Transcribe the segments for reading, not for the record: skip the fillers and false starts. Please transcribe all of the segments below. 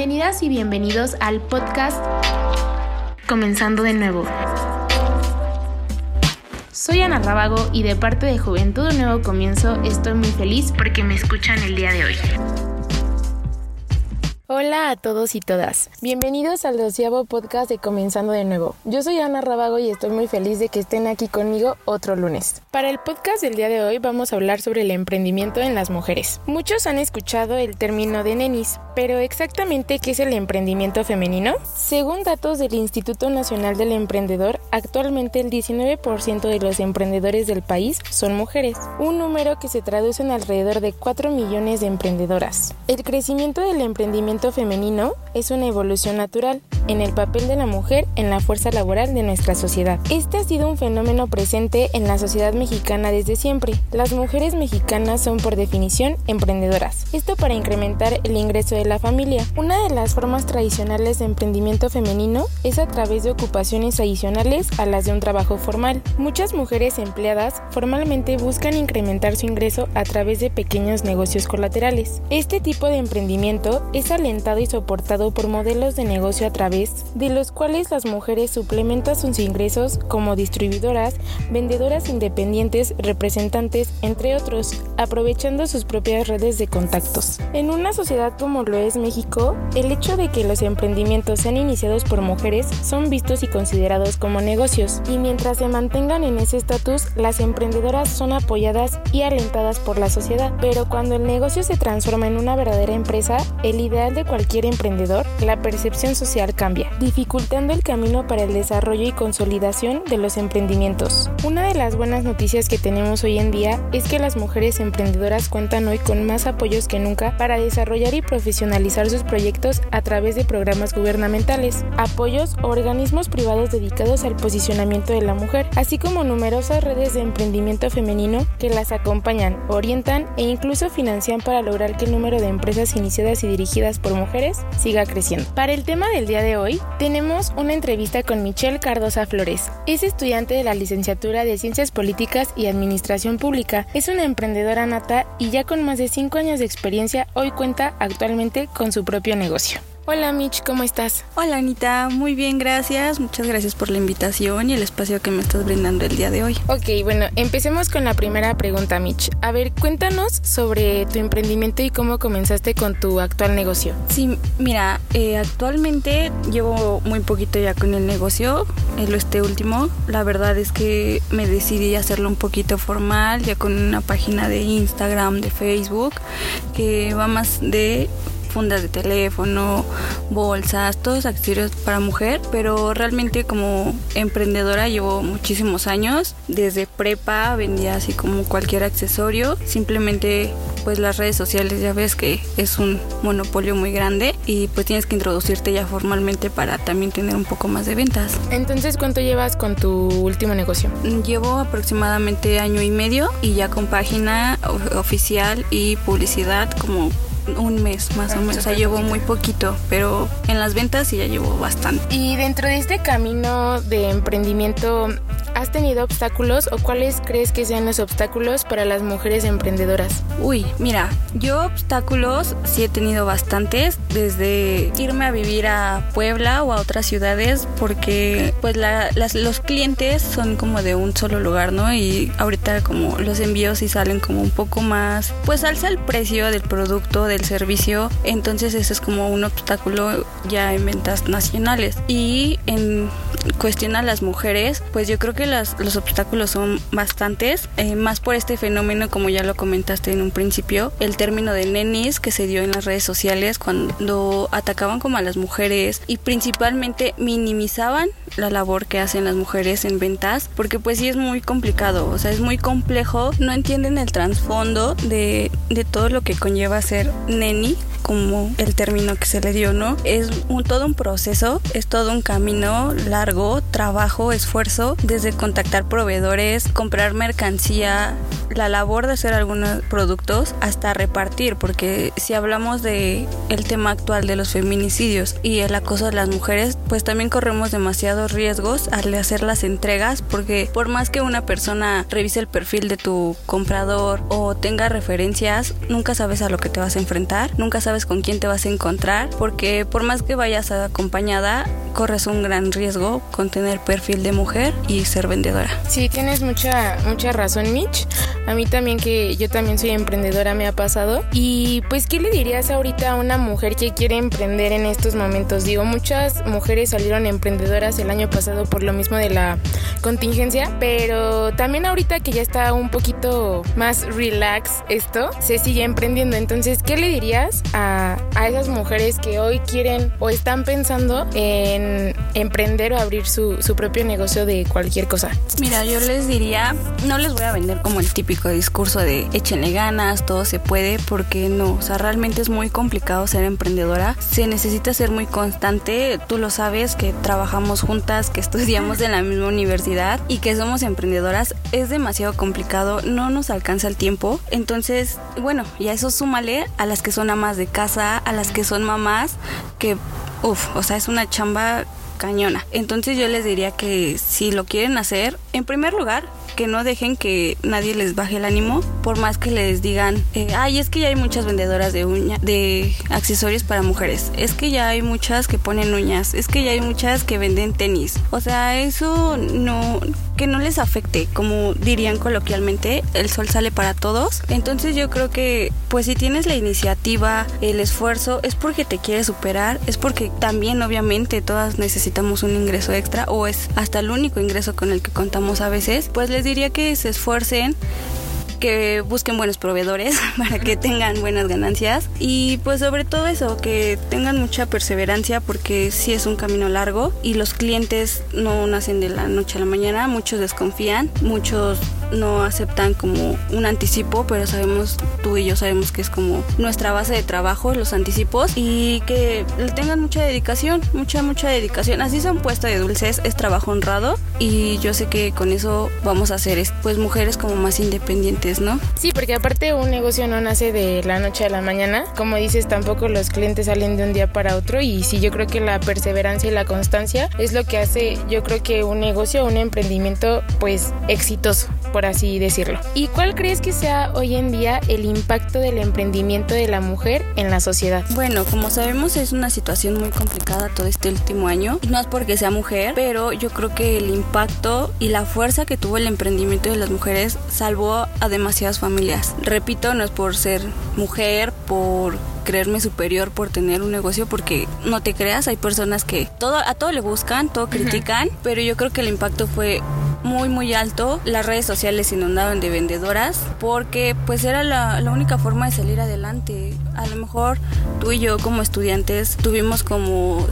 Bienvenidas y bienvenidos al podcast Comenzando de Nuevo. Soy Ana Rábago y de parte de Juventud Un Nuevo Comienzo estoy muy feliz porque me escuchan el día de hoy. Hola a todos y todas. Bienvenidos al 12º podcast de Comenzando de Nuevo. Yo soy Ana Rábago y estoy muy feliz de que estén aquí conmigo otro lunes. Para el podcast del día de hoy vamos a hablar sobre el emprendimiento en las mujeres. Muchos han escuchado el término de nenis, pero exactamente ¿qué es el emprendimiento femenino? Según datos del Instituto Nacional del Emprendedor, actualmente el 19% de los emprendedores del país son mujeres, un número que se traduce en alrededor de 4 millones de emprendedoras. El crecimiento del emprendimiento femenino es una evolución natural en el papel de la mujer en la fuerza laboral de nuestra sociedad. Este ha sido un fenómeno presente en la sociedad mexicana desde siempre. Las mujeres mexicanas son por definición emprendedoras. Esto para incrementar el ingreso de la familia. Una de las formas tradicionales de emprendimiento femenino es a través de ocupaciones adicionales a las de un trabajo formal. Muchas mujeres empleadas formalmente buscan incrementar su ingreso a través de pequeños negocios colaterales. Este tipo de emprendimiento es alentado y soportado por modelos de negocio a través de los cuales las mujeres suplementan sus ingresos como distribuidoras, vendedoras independientes, representantes, entre otros, aprovechando sus propias redes de contactos. En una sociedad como lo es México, el hecho de que los emprendimientos sean iniciados por mujeres son vistos y considerados como negocios, y mientras se mantengan en ese estatus, las emprendedoras son apoyadas y alentadas por la sociedad. Pero cuando el negocio se transforma en una verdadera empresa, el ideal de cualquier emprendedor, la percepción social cambia, dificultando el camino para el desarrollo y consolidación de los emprendimientos. Una de las buenas noticias que tenemos hoy en día es que las mujeres emprendedoras cuentan hoy con más apoyos que nunca para desarrollar y profesionalizar sus proyectos a través de programas gubernamentales, apoyos o organismos privados dedicados al posicionamiento de la mujer, así como numerosas redes de emprendimiento femenino que las acompañan, orientan e incluso financian para lograr que el número de empresas iniciadas y dirigidas por mujeres siga creciendo. Para el tema del día de hoy, tenemos una entrevista con Michelle Cardosa Flores. Es estudiante de la licenciatura de Ciencias Políticas y Administración Pública. Es una emprendedora nata y ya con más de 5 años de experiencia, hoy cuenta actualmente con su propio negocio. Hola Mitch, ¿cómo estás? Hola Anita, muy bien, gracias. Muchas gracias por la invitación y el espacio que me estás brindando el día de hoy. Ok, bueno, empecemos con la primera pregunta, Mitch. A ver, cuéntanos sobre tu emprendimiento y cómo comenzaste con tu actual negocio. Sí, mira, actualmente llevo muy poquito ya con el negocio, este último. La verdad es que me decidí hacerlo un poquito formal, ya con una página de Instagram, de Facebook, que va más de fundas de teléfono, bolsas, todos accesorios para mujer, pero realmente como emprendedora llevo muchísimos años. Desde prepa vendía así como cualquier accesorio, simplemente pues las redes sociales ya ves que es un monopolio muy grande y pues tienes que introducirte ya formalmente para también tener un poco más de ventas. Entonces, ¿cuánto llevas con tu último negocio? Llevo aproximadamente 1 año y medio y ya con página oficial y publicidad como 1 mes más o menos, o sea, llevo muy poquito, pero en las ventas sí ya llevo bastante. Y dentro de este camino de emprendimiento, ¿has tenido obstáculos o cuáles crees que sean los obstáculos para las mujeres emprendedoras? Uy, mira, yo obstáculos sí he tenido bastantes, desde irme a vivir a Puebla o a otras ciudades, porque pues los clientes son como de un solo lugar, ¿no? Y ahorita como los envíos sí salen como un poco más, pues alza el precio del producto, del servicio, entonces eso es como un obstáculo ya en ventas nacionales. Y en cuestión a las mujeres, pues yo creo que los obstáculos son bastantes, más por este fenómeno, como ya lo comentaste en un principio, el término de nenis que se dio en las redes sociales cuando atacaban como a las mujeres y principalmente minimizaban la labor que hacen las mujeres en ventas, porque pues sí es muy complicado, o sea, es muy complejo, no entienden el trasfondo de todo lo que conlleva ser neni, como el término que se le dio, ¿no? Es todo un proceso, es todo un camino largo, trabajo, esfuerzo, desde contactar proveedores, comprar mercancía, la labor de hacer algunos productos hasta repartir, porque si hablamos de el tema actual de los feminicidios y el acoso de las mujeres, pues también corremos demasiados riesgos al hacer las entregas, porque por más que una persona revise el perfil de tu comprador o tenga referencias, nunca sabes a lo que te vas a enfrentar, nunca sabes con quién te vas a encontrar, porque por más que vayas acompañada, corres un gran riesgo con tener perfil de mujer y ser vendedora. Sí, tienes mucha razón, Mitch. A mí también, que yo también soy emprendedora, me ha pasado. Y pues, ¿qué le dirías ahorita a una mujer que quiere emprender en estos momentos? Digo, muchas mujeres salieron emprendedoras el año pasado por lo mismo de la contingencia, pero también ahorita que ya está un poquito más relax esto, se sigue emprendiendo. Entonces, ¿qué le dirías a esas mujeres que hoy quieren o están pensando en emprender o abrir su propio negocio de cualquier cosa? Mira, yo les diría, no les voy a vender como el típico discurso de échenle ganas, todo se puede, porque no, o sea, realmente es muy complicado ser emprendedora, se necesita ser muy constante, tú lo sabes, que trabajamos juntas, que estudiamos en la misma universidad y que somos emprendedoras, es demasiado complicado, no nos alcanza el tiempo, entonces, bueno, y a eso súmale a las que son amas de casa, a las que son mamás, que o sea, es una chamba cañona. Entonces yo les diría que si lo quieren hacer, en primer lugar, que no dejen que nadie les baje el ánimo, por más que les digan, ay, es que ya hay muchas vendedoras de accesorios para mujeres, es que ya hay muchas que ponen uñas, es que ya hay muchas que venden tenis. O sea, eso no, que no les afecte, como dirían coloquialmente, el sol sale para todos. Entonces yo creo que, pues si tienes la iniciativa, el esfuerzo, es porque te quieres superar, es porque también obviamente todas necesitamos un ingreso extra, o es hasta el único ingreso con el que contamos a veces. Pues les diría que se esfuercen, que busquen buenos proveedores para que tengan buenas ganancias y pues sobre todo eso, que tengan mucha perseverancia, porque sí es un camino largo y los clientes no nacen de la noche a la mañana, muchos desconfían, muchos no aceptan como un anticipo, pero sabemos, tú y yo sabemos que es como nuestra base de trabajo, los anticipos, y que le tengan mucha dedicación, mucha dedicación. Así se han puesto de dulces, es trabajo honrado y yo sé que con eso vamos a ser pues mujeres como más independientes, ¿no? Sí, porque aparte un negocio no nace de la noche a la mañana, como dices, tampoco los clientes salen de un día para otro, y sí, yo creo que la perseverancia y la constancia es lo que hace, yo creo que un negocio, un emprendimiento pues exitoso, por así decirlo. ¿Y cuál crees que sea hoy en día el impacto del emprendimiento de la mujer en la sociedad? Bueno, como sabemos es una situación muy complicada todo este último año, no es porque sea mujer, pero yo creo que el impacto y la fuerza que tuvo el emprendimiento de las mujeres salvó a demasiadas familias. Repito, no es por ser mujer, por creerme superior por tener un negocio, porque no te creas, hay personas que a todo le buscan, todo critican, pero yo creo que el impacto fue muy alto. Las redes sociales se inundaban de vendedoras porque pues era la única forma de salir adelante. A lo mejor tú y yo como estudiantes tuvimos como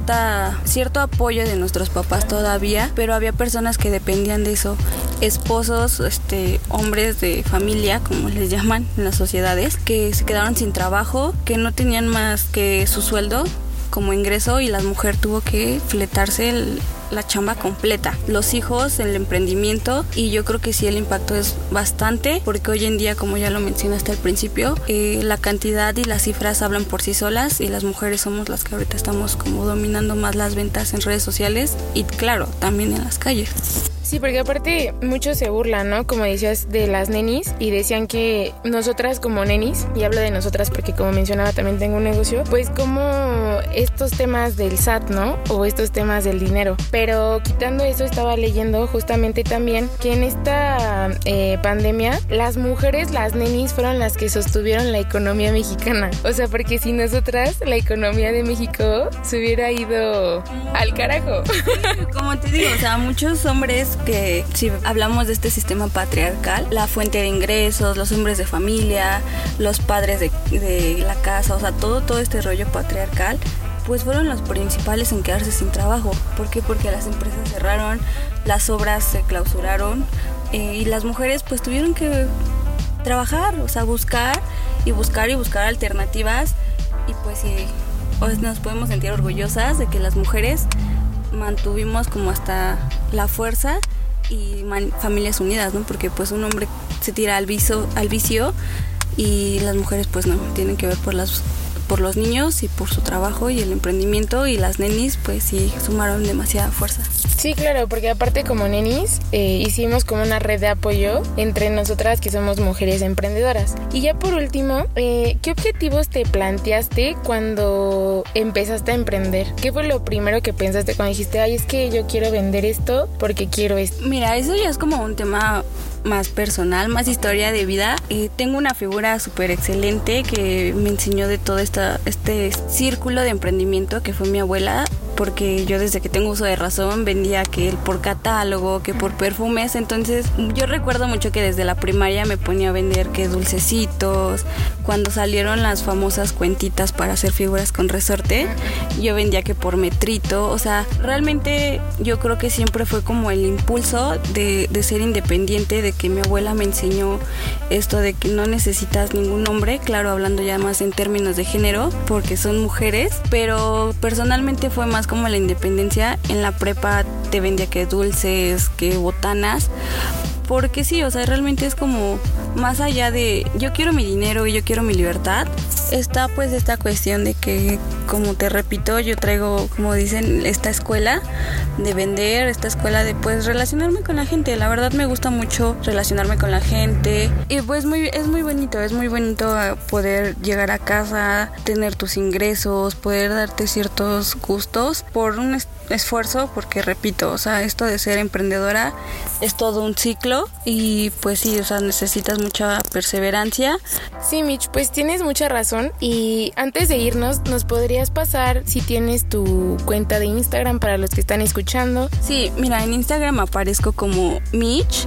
cierto apoyo de nuestros papás todavía, pero había personas que dependían de eso, esposos, hombres de familia, como les llaman en las sociedades, que se quedaron sin trabajo, que no tenían más que su sueldo como ingreso, y la mujer tuvo que fletarse la chamba completa, los hijos, el emprendimiento, y yo creo que sí el impacto es bastante, porque hoy en día, como ya lo mencionaste al principio, la cantidad y las cifras hablan por sí solas, y las mujeres somos las que ahorita estamos como dominando más las ventas en redes sociales y claro, también en las calles. Sí, porque aparte muchos se burlan, ¿no? Como decías, de las nenis, y decían que nosotras como nenis, y hablo de nosotras porque como mencionaba también tengo un negocio, pues como estos temas del SAT, ¿no? O estos temas del dinero. Pero quitando eso, estaba leyendo justamente también que en esta pandemia las mujeres, las nenis, fueron las que sostuvieron la economía mexicana. O sea, porque sin nosotras la economía de México se hubiera ido al carajo. Como te digo, o sea, muchos hombres, que si hablamos de este sistema patriarcal, la fuente de ingresos, los hombres de familia, los padres de la casa, o sea, todo este rollo patriarcal, pues fueron los principales en quedarse sin trabajo. ¿Por qué? Porque las empresas cerraron, las obras se clausuraron, y las mujeres pues tuvieron que trabajar, o sea, buscar alternativas, y pues sí, pues nos podemos sentir orgullosas de que las mujeres mantuvimos como hasta la fuerza y familias unidas, ¿no? Porque pues un hombre se tira al vicio y las mujeres pues no, tienen que ver por los niños y por su trabajo y el emprendimiento, y las nenis pues sí sumaron demasiada fuerza. Sí, claro, porque aparte como nenis hicimos como una red de apoyo entre nosotras que somos mujeres emprendedoras. Y ya por último, ¿qué objetivos te planteaste cuando empezaste a emprender? ¿Qué fue lo primero que pensaste cuando dijiste, ay, es que yo quiero vender esto porque quiero esto? Mira, eso ya es como un tema más personal, más historia de vida. Tengo una figura súper excelente que me enseñó de todo este círculo de emprendimiento, que fue mi abuela, porque yo desde que tengo uso de razón vendía que por catálogo, que por perfumes. Entonces yo recuerdo mucho que desde la primaria me ponía a vender que dulcecitos. Cuando salieron las famosas cuentitas para hacer figuras con resorte, yo vendía que por metrito. O sea, realmente yo creo que siempre fue como el impulso de ser independiente, de que mi abuela me enseñó esto de que no necesitas ningún hombre, claro, hablando ya más en términos de género, porque son mujeres, pero personalmente fue más como la independencia. En la prepa te vendía que dulces, que botanas, porque sí, o sea, realmente es como más allá de yo quiero mi dinero y yo quiero mi libertad. Está pues esta cuestión de que, como te repito, yo traigo, como dicen, esta escuela de vender, esta escuela de pues relacionarme con la gente. La verdad me gusta mucho relacionarme con la gente y pues es muy bonito poder llegar a casa, tener tus ingresos, poder darte ciertos gustos por un esfuerzo, porque repito, o sea, esto de ser emprendedora es todo un ciclo y pues sí, o sea, necesitas mucha perseverancia. Sí, Mitch, pues tienes mucha razón. Y antes de irnos, ¿nos podrías pasar si tienes tu cuenta de Instagram para los que están escuchando? Sí, mira, en Instagram aparezco como Mitch,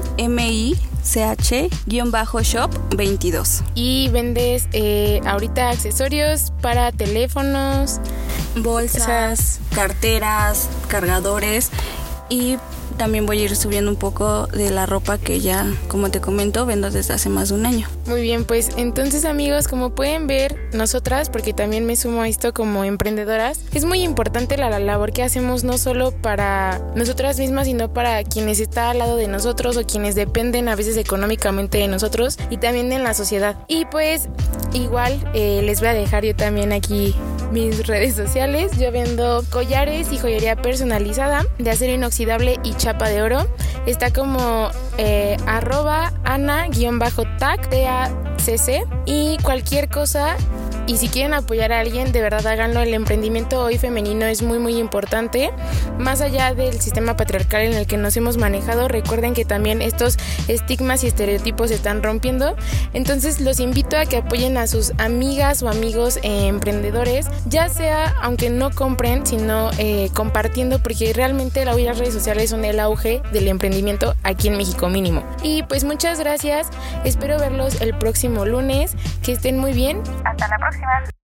MICH_shop22. Y vendes ahorita accesorios para teléfonos, bolsas, carteras, cargadores, y también voy a ir subiendo un poco de la ropa que ya, como te comento, vendo desde hace más de un año. Muy bien, pues entonces, amigos, como pueden ver, nosotras, porque también me sumo a esto como emprendedoras, es muy importante la labor que hacemos, no solo para nosotras mismas, sino para quienes están al lado de nosotros o quienes dependen a veces económicamente de nosotros, y también en la sociedad. Y pues igual les voy a dejar yo también aquí mis redes sociales. Yo vendo collares y joyería personalizada de acero inoxidable y chapa de oro. Está como @ana_tac TACC, y cualquier cosa. Y si quieren apoyar a alguien, de verdad háganlo. El emprendimiento hoy femenino es muy muy importante. Más allá del sistema patriarcal en el que nos hemos manejado, recuerden que también estos estigmas y estereotipos se están rompiendo. Entonces los invito a que apoyen a sus amigas o amigos emprendedores, ya sea aunque no compren, sino compartiendo, porque realmente hoy las redes sociales son el auge del emprendimiento aquí en México mínimo. Y pues muchas gracias, espero verlos el próximo lunes, que estén muy bien. Hasta la próxima.